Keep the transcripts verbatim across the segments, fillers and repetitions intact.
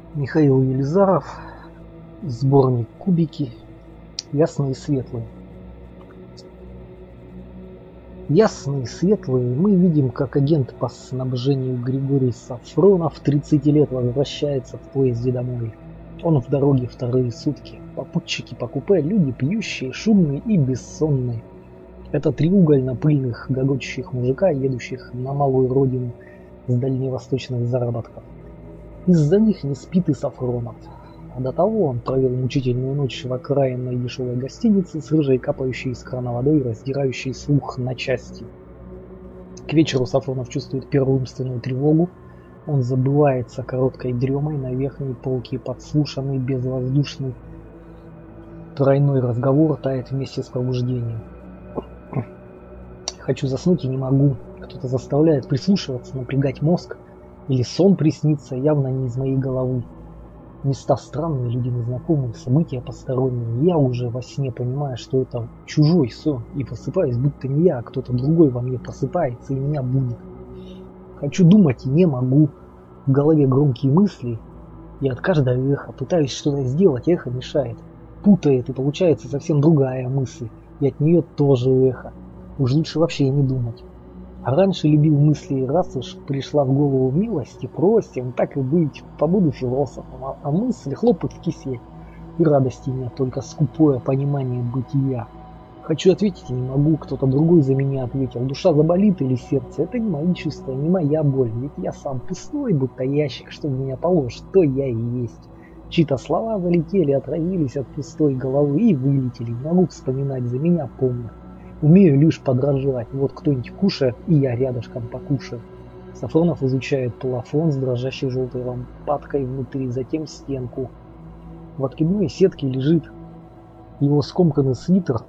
Михаил Елизаров, сборник «Кубики», ясные и светлые. Ясные и светлые мы видим, как агент по снабжению Григорий Сафронов тридцать лет возвращается в поезде домой. Он в дороге вторые сутки. Попутчики по купе, люди пьющие, шумные и бессонные. Это три угольно-пыльных, гогочущих мужика, едущих на малую родину с дальневосточных заработков. Из-за них не спит и Сафронов. А до того он провел мучительную ночь в окраинной дешевой гостинице с рыжей, капающей из крана водой и раздирающей слух на части. К вечеру Сафронов чувствует первую умственную тревогу. Он забывается короткой дремой на верхней полке, подслушанный безвоздушный тройной разговор тает вместе с пробуждением. Хочу заснуть и не могу. Кто-то заставляет прислушиваться, напрягать мозг. Или сон приснится, явно не из моей головы. Места странные, люди незнакомые, события посторонние. Я уже во сне понимаю, что это чужой сон, и просыпаюсь, будто не я, а кто-то другой во мне просыпается и меня будет. Хочу думать и не могу. В голове громкие мысли, и от каждого эха пытаюсь что-то сделать, эхо мешает. Путает, и получается совсем другая мысль, и от нее тоже эхо. Уж лучше вообще не думать. А раньше любил мысли, раз уж пришла в голову милость и просим, так и быть, побуду философом, а, а мысли хлопают в кисель. И радости нет, только скупое понимание бытия. Хочу ответить и не могу, кто-то другой за меня ответил. Душа заболит или сердце, это не мои чувства, не моя боль, ведь я сам пустой, будто ящик, что в меня положит, то я и есть. Чьи-то слова залетели, отразились от пустой головы и вылетели, не могу вспоминать, за меня помню. Умею лишь подражать. Вот кто-нибудь кушает, и я рядышком покушаю. Сафронов изучает плафон с дрожащей желтой лампадкой внутри, затем стенку. В откидной сетке лежит его скомканный свитер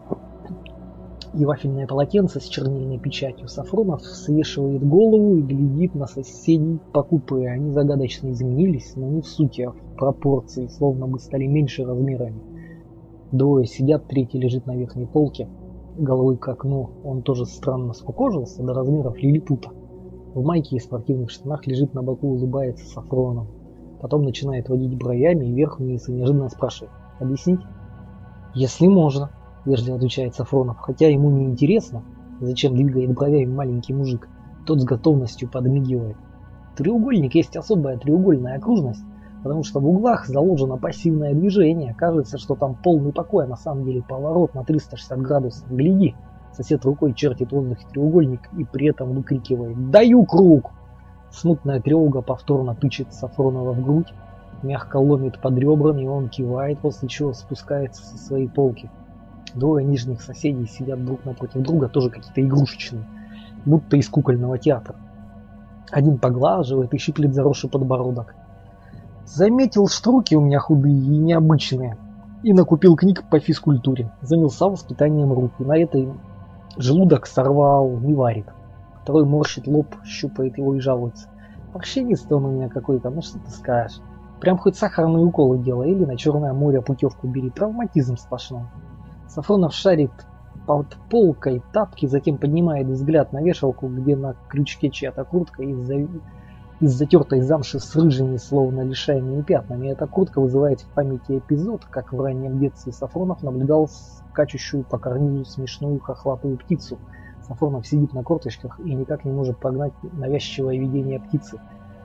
и вафельное полотенце с чернильной печатью. Сафронов свешивает голову и глядит на соседей по купе. Они загадочно изменились, но не в сути, а в пропорции, словно бы стали меньше размерами. Двое сидят, третий лежит на верхней полке. Головой к окну, он тоже странно скукожился до размеров лилипута. В майке и спортивных штанах лежит на боку, улыбается Сафронов. Потом начинает водить бровями и вверх-вниз и неожиданно спрашивает: «Объяснить?» «Если можно», — вежливо отвечает Сафронов, хотя ему не интересно, зачем двигает бровями маленький мужик. Тот с готовностью подмигивает. Треугольник есть особая треугольная окружность, потому что в углах заложено пассивное движение. Кажется, что там полный покой, а на самом деле поворот на триста шестьдесят градусов. Гляди, сосед рукой чертит в воздухе треугольник и при этом выкрикивает: «Даю круг!» Смутная тревога повторно тычет Сафронова в грудь, мягко ломит под ребрами, и он кивает, после чего спускается со своей полки. Двое нижних соседей сидят друг напротив друга, тоже какие-то игрушечные, будто из кукольного театра. Один поглаживает и щиплет заросший подбородок. Заметил, что руки у меня худые и необычные, и накупил книг по физкультуре. Занялся воспитанием рук, и на этой желудок сорвал, не варит. Второй морщит лоб, щупает его и жалуется: «Морщинистый он у меня какой-то, ну что ты скажешь? Прям хоть сахарные уколы делай или на Черное море путевку бери, травматизм сплошной». Сафронов шарит под полкой тапки, затем поднимает взгляд на вешалку, где на крючке чья-то куртка из-за из затертой замши с рыжими, словно лишайными пятнами. Эта куртка вызывает в памяти эпизод, как в раннем детстве Сафронов наблюдал скачущую по карнизу смешную хохлатую птицу. Сафронов сидит на корточках и никак не может прогнать навязчивое видение птицы.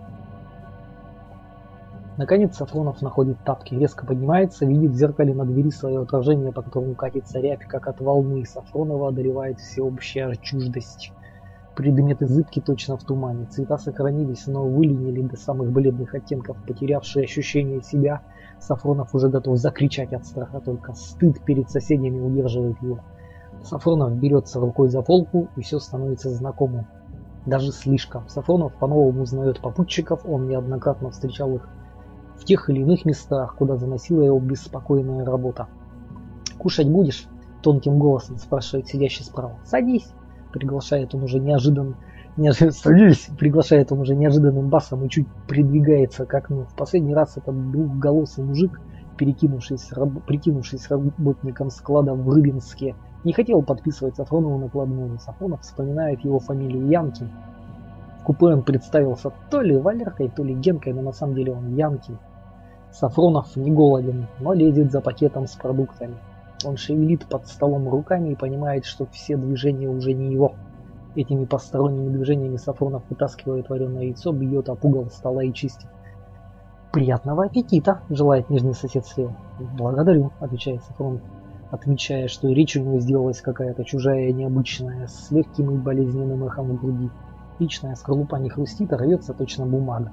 Наконец Сафронов находит тапки, резко поднимается, видит в зеркале на двери свое отражение, по которому катится рябь, как от волны. Сафронова одолевает всеобщая чуждость. Предметы зыбки точно в тумане, цвета сохранились, но выленили до самых бледных оттенков, потерявшие ощущение себя. Сафронов уже готов закричать от страха, только стыд перед соседями удерживает его. Сафронов берется рукой за полку, и все становится знакомым. Даже слишком. Сафронов по-новому узнает попутчиков, он неоднократно встречал их в тех или иных местах, куда заносила его беспокойная работа. «Кушать будешь?» — тонким голосом спрашивает сидящий справа. «Садись!» Приглашает он уже неожиданно, неожиданно, садись, приглашает он уже неожиданным басом и чуть придвигается к окну. В последний раз этот двухголосый мужик, перекинувшись, раб, прикинувшись работником склада в Рыбинске, не хотел подписывать Сафронову накладную. Сафронов вспоминает его фамилию Янкин. В купе он представился то ли Валеркой, то ли Генкой, но на самом деле он Янкин. Сафронов не голоден, но лезет за пакетом с продуктами. Он шевелит под столом руками и понимает, что все движения уже не его. Этими посторонними движениями Сафронов вытаскивает вареное яйцо, бьет об угол стола и чистит. «Приятного аппетита!» – желает нижний сосед слева. «Благодарю», – отвечает Сафронов, отмечая, что и речь у него сделалась какая-то чужая и необычная, с легким и болезненным эхом в груди. Яичная скорлупа не хрустит, а рвется точно бумага.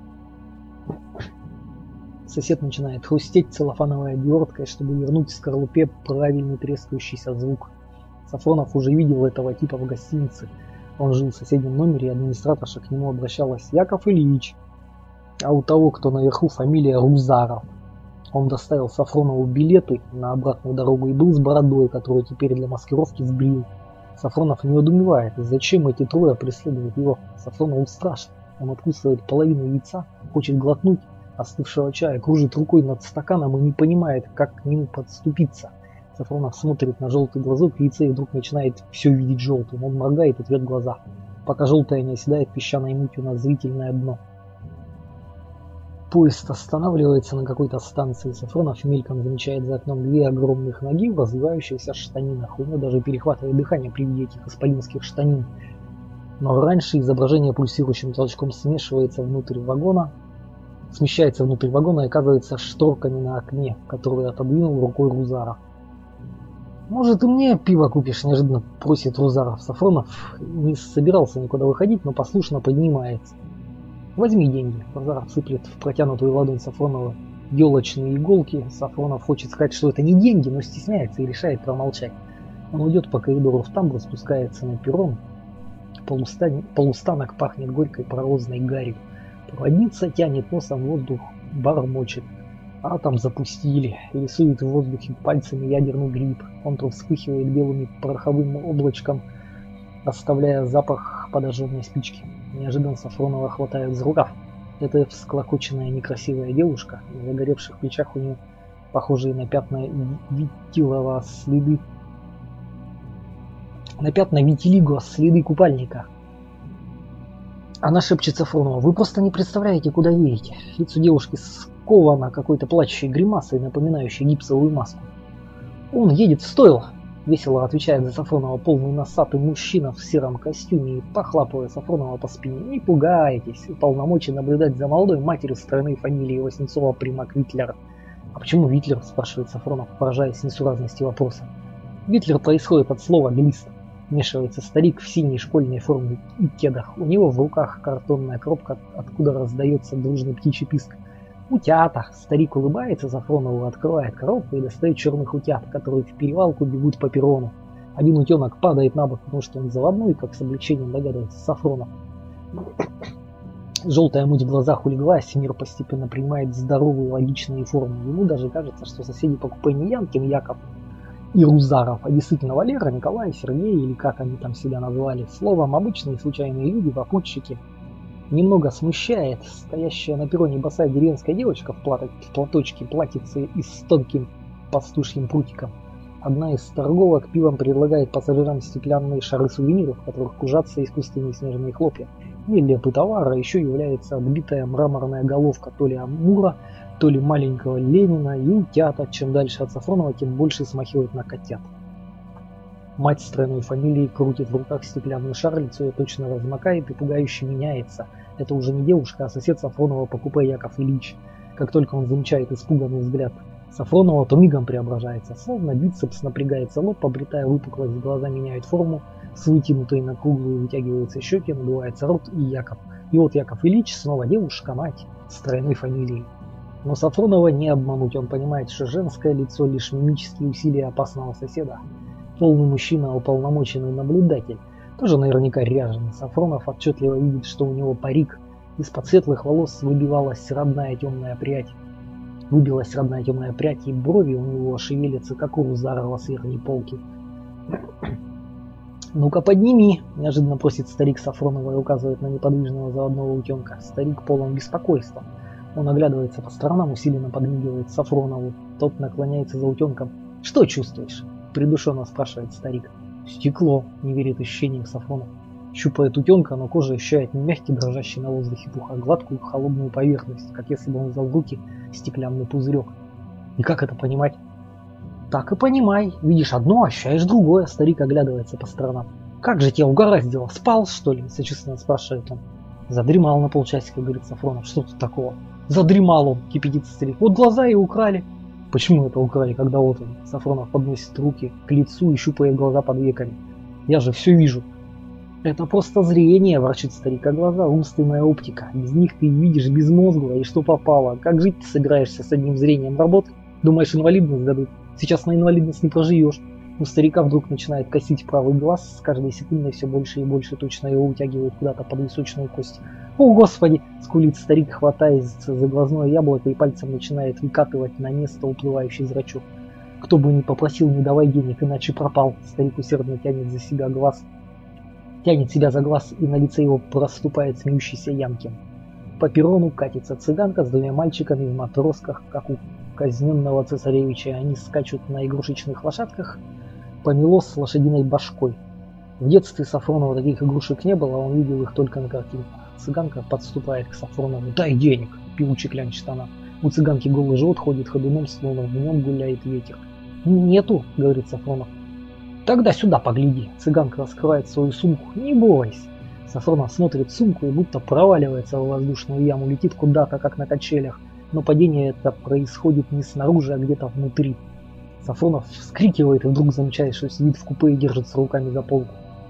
Сосед начинает хрустеть целлофановой оберткой, чтобы вернуть в скорлупе правильный трескающийся звук. Сафронов уже видел этого типа в гостинице. Он жил в соседнем номере, и администраторша к нему обращалась: «Яков Ильич». А у того, кто наверху, фамилия Рузаров. Он доставил Сафронову билеты на обратную дорогу и был с бородой, которую теперь для маскировки сбрил. Сафронов не недоумевает, зачем эти трое преследуют его. Сафронову страшно. Он откусывает половину яйца, хочет глотнуть остывшего чая, кружит рукой над стаканом и не понимает, как к нему подступиться. Сафронов смотрит на желтый глазок яйца и вдруг начинает все видеть желтым. Он моргает и трет глаза, пока желтое не оседает песчаной мутью на зрительное дно. Поезд останавливается на какой-то станции. Сафронов мельком замечает за окном две огромных ноги в развивающихся штанинах. У него даже перехватывает дыхание при виде этих исполинских штанин. Но раньше изображение пульсирующим толчком смешивается внутрь вагона, смещается внутрь вагона и оказывается шторками на окне, которые отодвинул рукой Рузаров. «Может, и мне пиво купишь?» – неожиданно просит Рузаров. Сафронов не собирался никуда выходить, но послушно поднимается. «Возьми деньги». Рузаров сыплет в протянутую ладонь Сафронова елочные иголки. Сафронов хочет сказать, что это не деньги, но стесняется и решает промолчать. Он идет по коридору в тамбур, спускается на перрон. Полустан... Полустанок пахнет горькой паровозной гарью. Проводница тянет носом воздух, бормочет. Атом запустили. Рисует в воздухе пальцами ядерный гриб. Он то вспыхивает белым пороховым облачком, оставляя запах подожженной спички. Неожиданно Сафронова хватают за рукав. Это всклокоченная некрасивая девушка. На загоревших плечах у нее похожие на пятна витилова следы. На пятна витилиго следы купальника. Она шепчет Сафронову: «Вы просто не представляете, куда едете». Лицо девушки сковано какой-то плачущей гримасой, напоминающей гипсовую маску. «Он едет в стойло», — весело отвечает за Сафронова полный носатый мужчина в сером костюме и похлапывая Сафронова по спине. «Не пугайтесь, уполномочен наблюдать за молодой матерью страны фамилии Васнецова Примак Витлер». «А почему Витлер?» — спрашивает Сафронов, поражаясь несуразности вопроса. «Витлер происходит от слова глист». Вмешивается старик в синей школьной форме и кедах. У него в руках картонная коробка, откуда раздается дружный птичий писк. «Утята!» Старик улыбается Сафронову, открывает коробку и достает черных утят, которые в перевалку бегут по перрону. Один утенок падает на бок, потому что он заводной, как с облегчением догадывается Сафронов. Желтая муть в глазах улеглась, мир постепенно принимает здоровые логичные формы. Ему даже кажется, что соседи по купе не Янкин Яков и Рузаров, а действительно Валера, Николай, Сергей, или как они там себя назвали. Словом, обычные случайные люди, попутчики. Немного смущает стоящая на перроне босая деревенская девочка в, платок, в платочке, платьице и с тонким пастушьим прутиком. Одна из торговок пивом предлагает пассажирам стеклянные шары сувениров, в которых кружатся искусственные снежные хлопья. Нелепый товар, а еще является отбитая мраморная головка то ли Амура, то ли маленького Ленина, и утята, чем дальше от Сафронова, тем больше смахивает на котят. Мать с тройной фамилией крутит в руках стеклянный шар, лицо ее точно размокает и пугающе меняется. Это уже не девушка, а сосед Сафронова по купе Яков Ильич. Как только он замечает испуганный взгляд Сафронова, то мигом преображается. Словно бицепс напрягается лоб, обретая выпуклость, глаза меняют форму, с вытянутой на круглую вытягиваются щеки, надувается рот, и Яков. И вот Яков Ильич снова девушка, мать с тройной фамилией. Но Сафронова не обмануть, он понимает, что женское лицо лишь мимические усилия опасного соседа. Полный мужчина, уполномоченный наблюдатель, тоже наверняка ряженый. Сафронов отчетливо видит, что у него парик. Из-под светлых волос выбивалась родная темная прядь. Выбилась родная темная прядь, и брови у него шевелятся, как у Рузарова с верхней полки. «Ну-ка подними!» – неожиданно просит старик Сафронова и указывает на неподвижного заводного утенка. Старик полон беспокойства. Он оглядывается по сторонам, усиленно подмигивает Сафронову. Тот наклоняется за утенком. «Что чувствуешь?» – придушенно спрашивает старик. «Стекло», – не верит ощущениям Сафронов. Щупает утенка, но кожа ощущает не мягкий, дрожащий на воздухе пух, а гладкую, холодную поверхность, как если бы он взял в руки стеклянный пузырек. И как это понимать? Так и понимай. Видишь одно, ощущаешь другое. Старик оглядывается по сторонам. Как же тебя угораздило? Спал, что ли? Сочувственно спрашивает он. Задремал на полчасика, говорит Сафронов. Что тут такого? Задремал он, кипятится старик. Вот глаза и украли. Почему это украли, когда вот он? Сафронов подносит руки к лицу и щупает глаза под веками. Я же все вижу. Это просто зрение, ворчит старик, а глаза умственная оптика. Без них ты видишь безмозгло и что попало. Как жить ты собираешься с одним зрением? Работать? Думаешь, инвалидность дадут? Сейчас на инвалидность не проживешь. У старика вдруг начинает косить правый глаз, с каждой секундой все больше и больше, точно его утягивают куда-то под височную кость. О, Господи! Скулит старик, хватаясь за глазное яблоко и пальцем начинает выкатывать на место уплывающий зрачок. Кто бы ни попросил, не давай денег, иначе пропал. Старик усердно тянет за себя глаз. Тянет себя за глаз, и на лице его проступает смеющийся Ямкин. По перрону катится цыганка с двумя мальчиками в матросках, как у казненного цесаревича. Они скачут на игрушечных лошадках, помело с лошадиной башкой. В детстве Сафронова таких игрушек не было, он видел их только на картинках. Цыганка подступает к Сафронову. «Дай денег!» – певуче клянчит она. У цыганки голый живот ходит ходуном, словно в нем гуляет ветер. «Нету!» – говорит Сафронов. «Тогда сюда погляди!» Цыганка раскрывает свою сумку. «Не бойся!» Сафронов смотрит в сумку и будто проваливается в воздушную яму, летит куда-то, как на качелях. Но падение это происходит не снаружи, а где-то внутри. Сафронов вскрикивает и вдруг замечает, что сидит в купе и держится руками за полку.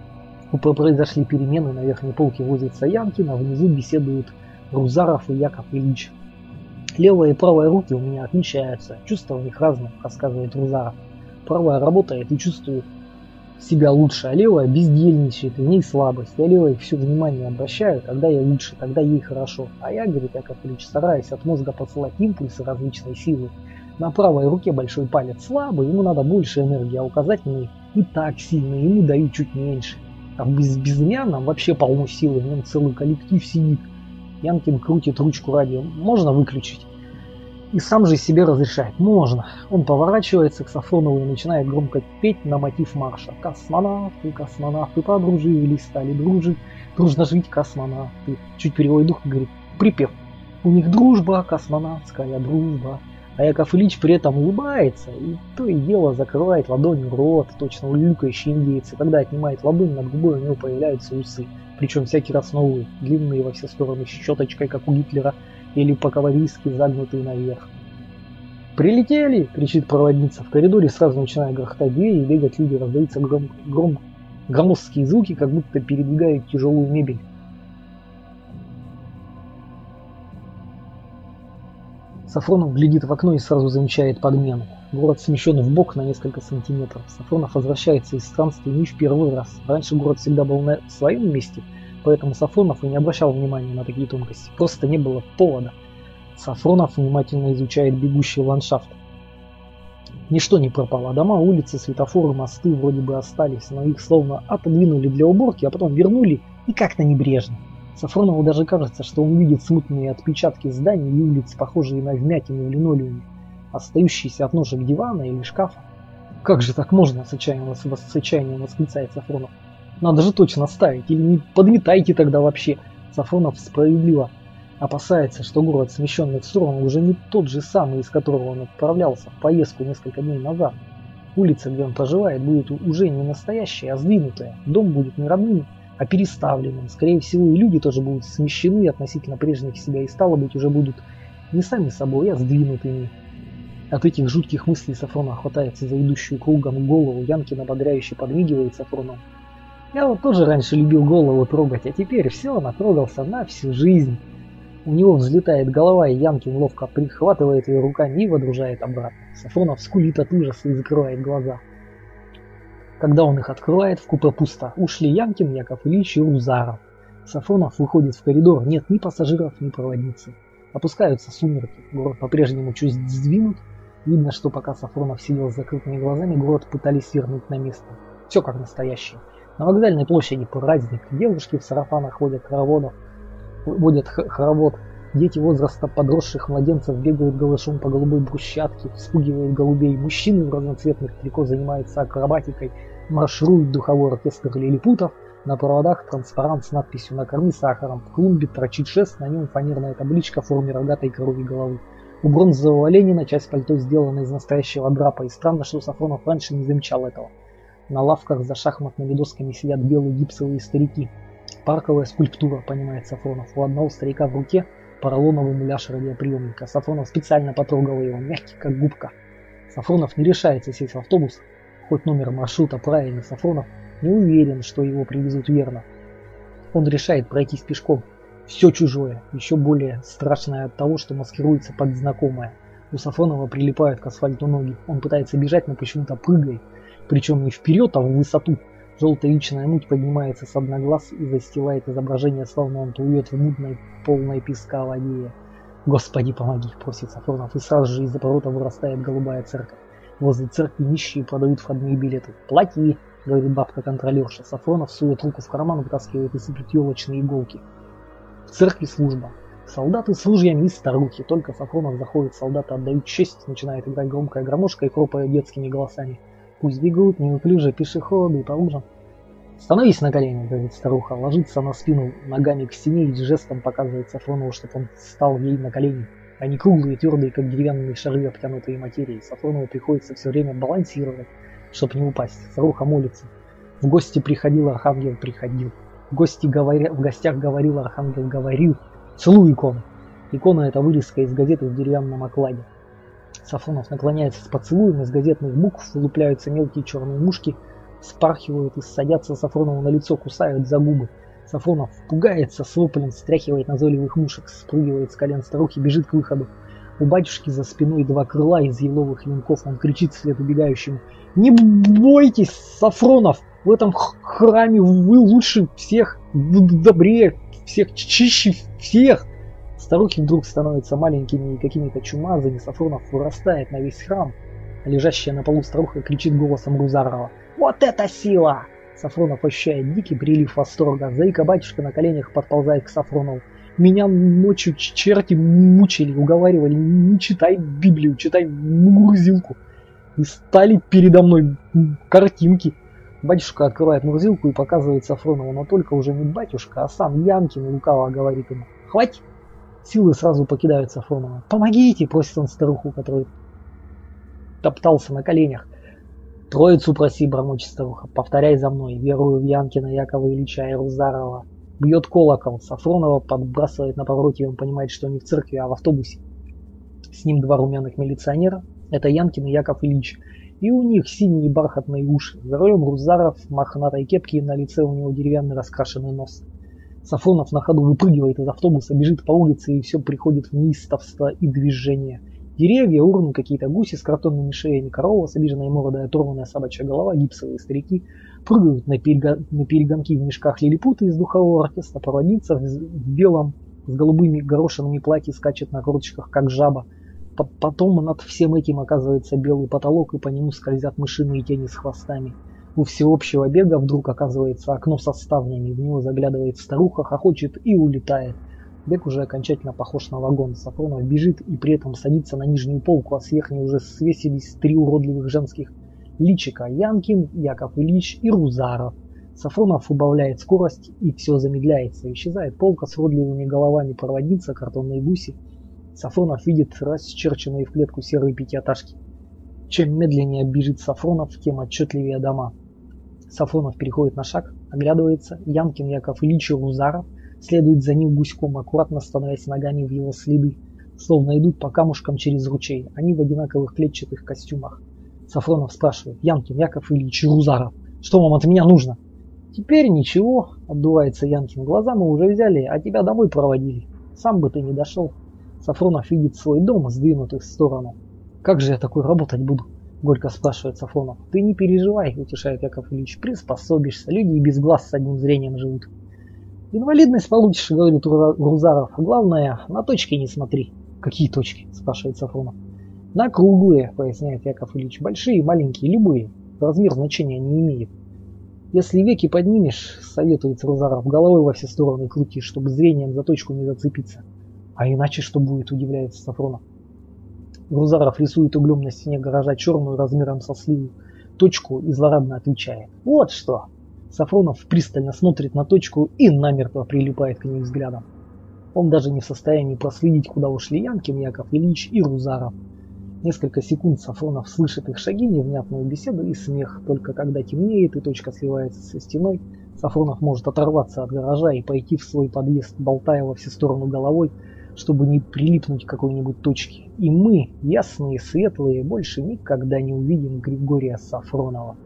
В купе произошли перемены, на верхней полке возится Ямкин, а внизу беседуют Рузаров и Яков Ильич. «Левая и правая руки у меня отличаются, чувства у них разные», — рассказывает Рузаров. «Правая работает и чувствует себя лучше, а левая бездельничает, в ней слабость. Я левой все внимание обращаю, тогда я лучше, тогда ей хорошо. А я, говорит Яков Ильич, стараюсь от мозга посылать импульсы различной силы. На правой руке большой палец слабый, ему надо больше энергии, а указательный и так сильный, ему дают чуть меньше. А в без безымянном вообще полно силы, в нем целый коллектив сидит». Ямкин крутит ручку радио. «Можно выключить?» И сам же себе разрешает. «Можно». Он поворачивается к Сафронову и начинает громко петь на мотив марша. «Космонавты, космонавты подружились, стали дружить, дружно жить космонавты». Чуть переводит дух и говорит припев. «У них дружба, космонавтская дружба». А Яков Ильич при этом улыбается и то и дело закрывает ладонью рот, точно улюлюкающий индейцы. Когда отнимает ладонь, над губой у него появляются усы. Причем всякий раз новые, длинные во все стороны, щеточкой, как у Гитлера, или по-кавалерийски загнутые наверх. «Прилетели!» – кричит проводница. В коридоре сразу начинают грохотать двери и бегать люди. Раздаются гром, гром, громоздкие звуки, как будто передвигают тяжелую мебель. Сафронов глядит в окно и сразу замечает подмену. Город смещен вбок на несколько сантиметров. Сафронов возвращается из странствий не в первый раз. Раньше город всегда был на своем месте, поэтому Сафронов и не обращал внимания на такие тонкости. Просто не было повода. Сафронов внимательно изучает бегущий ландшафт. Ничто не пропало. Дома, улицы, светофоры, мосты вроде бы остались, но их словно отодвинули для уборки, а потом вернули и как-то небрежно. Сафронову даже кажется, что он видит смутные отпечатки зданий и улиц, похожие на вмятины в линолеуме, остающиеся от ножек дивана или шкафа. «Как же так можно?» – с отчаянием, с отчаянием восклицает Сафронов. «Надо же точно ставить, или не подметайте тогда вообще!» Сафронов справедливо опасается, что город, смещенный в сторону, уже не тот же самый, из которого он отправлялся в поездку несколько дней назад. Улица, где он проживает, будет уже не настоящая, а сдвинутая. Дом будет не родным, а переставленным. Скорее всего, и люди тоже будут смещены относительно прежних себя и, стало быть, уже будут не сами собой, а сдвинутыми. От этих жутких мыслей Сафронов хватается за идущую кругом голову. Ямкин ободряюще подмигивает Сафронову. «Я вот тоже раньше любил голову трогать, а теперь все, натрогался на всю жизнь». У него взлетает голова, и Ямкин ловко прихватывает ее руками и водружает обратно. Сафронов скулит от ужаса и закрывает глаза. Когда он их открывает, в купе пусто. Ушли Ямкин, Яков Ильич и Рузаров. Сафронов выходит в коридор. Нет ни пассажиров, ни проводницы. Опускаются сумерки. Город по-прежнему чуть сдвинут. Видно, что пока Сафронов сидел с закрытыми глазами, город пытались вернуть на место. Все как настоящее. На вокзальной площади праздник. Девушки в сарафанах ходят хороводов. Водят хоровод. Дети возраста подросших младенцев бегают голышом по голубой брусчатке, вспугивают голубей. Мужчины в разноцветных трико занимаются акробатикой, марширует духовой оркестр лилипутов, На проводах транспарант с надписью «Накорми сахаром». В клумбе торчит шест, на нем фанерная табличка в форме рогатой коровьей головы. У бронзового Ленина часть пальто сделана из настоящего драпа, и странно, что Сафронов раньше не замечал этого. На лавках за шахматными досками сидят белые гипсовые старики. Парковая скульптура, понимает Сафронов. У одного старика в руке поролоновый муляж радиоприемника. Сафронов специально потрогал его, мягкий как губка. Сафронов не решается сесть в автобус, хоть номер маршрута правильный. Сафронов не уверен, что его привезут верно. Он решает пройтись пешком. Все чужое, еще более страшное от того, что маскируется под знакомое. У Сафронова прилипают к асфальту ноги. Он пытается бежать, но почему-то прыгает. Причем не вперед, а в высоту. Желтая личная муть поднимается с дна глаз и застилает изображение, словно он плывет в мутной, полной песка воде. «Господи, помоги!» – просит Сафронов, и сразу же из-за поворота вырастает голубая церковь. Возле церкви нищие продают входные билеты. «Плати!» – говорит бабка-контролерша. Сафронов сует руку в карман, вытаскивает и сыплет елочные иголки. В церкви служба. Солдаты с ружьями и старухи. Только Сафронов заходит, солдаты отдают честь, начинает играть громкая гармошка и хропает детскими голосами. Пусть бегут неуклюже пешеходы по лужам. «Становись на колени», — говорит старуха, ложится на спину ногами к стене и жестом показывает Сафронову, чтобы он встал ей на колени. Они круглые, твердые, как деревянные шары, обтянутые материей. Сафронову приходится все время балансировать, чтобы не упасть. Старуха молится. В гости приходил архангел, приходил. В, гости говоря... в гостях говорил архангел, говорил. Целую икону. Икона — это вырезка из газеты в деревянном окладе. Сафронов наклоняется с поцелуем, из газетных букв вылупляются мелкие черные мушки, спархивают и садятся Сафронову на лицо, кусают за губы. Сафронов пугается, с воплем стряхивает назойливых мушек, спрыгивает с колен старухи, бежит к выходу. У батюшки за спиной два крыла из еловых венков. Он кричит вслед убегающему: «Не бойтесь, Сафронов! В этом храме вы лучше всех, добрее всех, чище всех!» Старухи вдруг становятся маленькими и какими-то чумазами. Сафронов вырастает на весь храм. Лежащая на полу старуха кричит голосом Рузарова: «Вот это сила!» Сафронов ощущает дикий прилив восторга. Заика-батюшка на коленях подползает к Сафронову. «Меня ночью черти мучили, уговаривали: не читай Библию, читай Мурзилку». И стали передо мной картинки. Батюшка открывает Мурзилку и показывает Сафронову, но только уже не батюшка, а сам Янкин, лукаво говорит ему: «Хватит!» Силы сразу покидают Сафронова. «Помогите!» — просит он старуху, который топтался на коленях. «Троицу проси», — бормочет старуха. «Повторяй за мной. Верую в Янкина, Якова Ильича и Рузарова». Бьет колокол. Сафронова подбрасывает на повороте, и он понимает, что не в церкви, а в автобусе. С ним два румяных милиционера. Это Янкин и Яков Ильич. И у них синие бархатные уши. За рулем Рузаров в мохнатой кепке, и на лице у него деревянный раскрашенный нос. Сафронов на ходу выпрыгивает из автобуса, бежит по улице, и все приходит в неистовство и движение. Деревья, урны, какие-то гуси с картонными шеями, корова с обиженной мордой, оторванная собачья голова, гипсовые старики прыгают на, перега... на перегонки в мешках лилипуты из духового оркестра, проводница в, в белом с голубыми горошинами платье скачет на корточках, как жаба. Потом над всем этим оказывается белый потолок, и по нему скользят мышиные тени с хвостами. У всеобщего бега вдруг оказывается окно со ставнями, в него заглядывает старуха, хохочет и улетает. Бег уже окончательно похож на вагон. Сафронов бежит и при этом садится на нижнюю полку, а с верхней уже свесились три уродливых женских личика: Янкин, Яков Ильич и Рузаров. Сафронов убавляет скорость, и все замедляется. Исчезает полка с уродливыми головами, проводница, картонные гуси. Сафронов видит расчерченные в клетку серые пятиэтажки. Чем медленнее бежит Сафронов, тем отчетливее дома. Сафронов переходит на шаг, оглядывается. Янкин, Яков Ильич и Рузаров следуют за ним гуськом, аккуратно становясь ногами в его следы, словно идут по камушкам через ручей. Они в одинаковых клетчатых костюмах. Сафронов спрашивает: «Янкин, Яков Ильич и Рузаров, что вам от меня нужно?» «Теперь ничего», — отдувается Янкин. «Глаза мы уже взяли, а тебя домой проводили. Сам бы ты не дошел». Сафронов видит свой дом, сдвинутый в сторону. «Как же я такой работать буду?» — горько спрашивает Сафронов. «Ты не переживай», — утешает Яков Ильич. «Приспособишься. Люди и без глаз с одним зрением живут». «Инвалидность получишь», — говорит Рузаров. «Главное, на точки не смотри». «Какие точки?» — спрашивает Сафронов. «На круглые», — поясняет Яков Ильич. «Большие, маленькие, любые. Размер значения не имеет. Если веки поднимешь, — советует Рузаров, — головой во все стороны крути, чтобы зрением за точку не зацепиться». «А иначе что будет?» — удивляется Сафронов. Рузаров рисует углем на стене гаража черную размером со сливу точку и злорадно отвечает: «Вот что! Сафронов пристально смотрит на точку и намертво прилипает к ней взглядом. Он даже не в состоянии проследить, куда ушли Янкин, Яков Ильич и Рузаров. Несколько секунд Сафронов слышит их шаги, невнятную беседу и смех. Только когда темнеет и точка сливается со стеной, Сафронов может оторваться от гаража и пойти в свой подъезд, болтая во все стороны головой, чтобы не прилипнуть к какой-нибудь точке. И мы, ясные, светлые, больше никогда не увидим Григория Сафронова.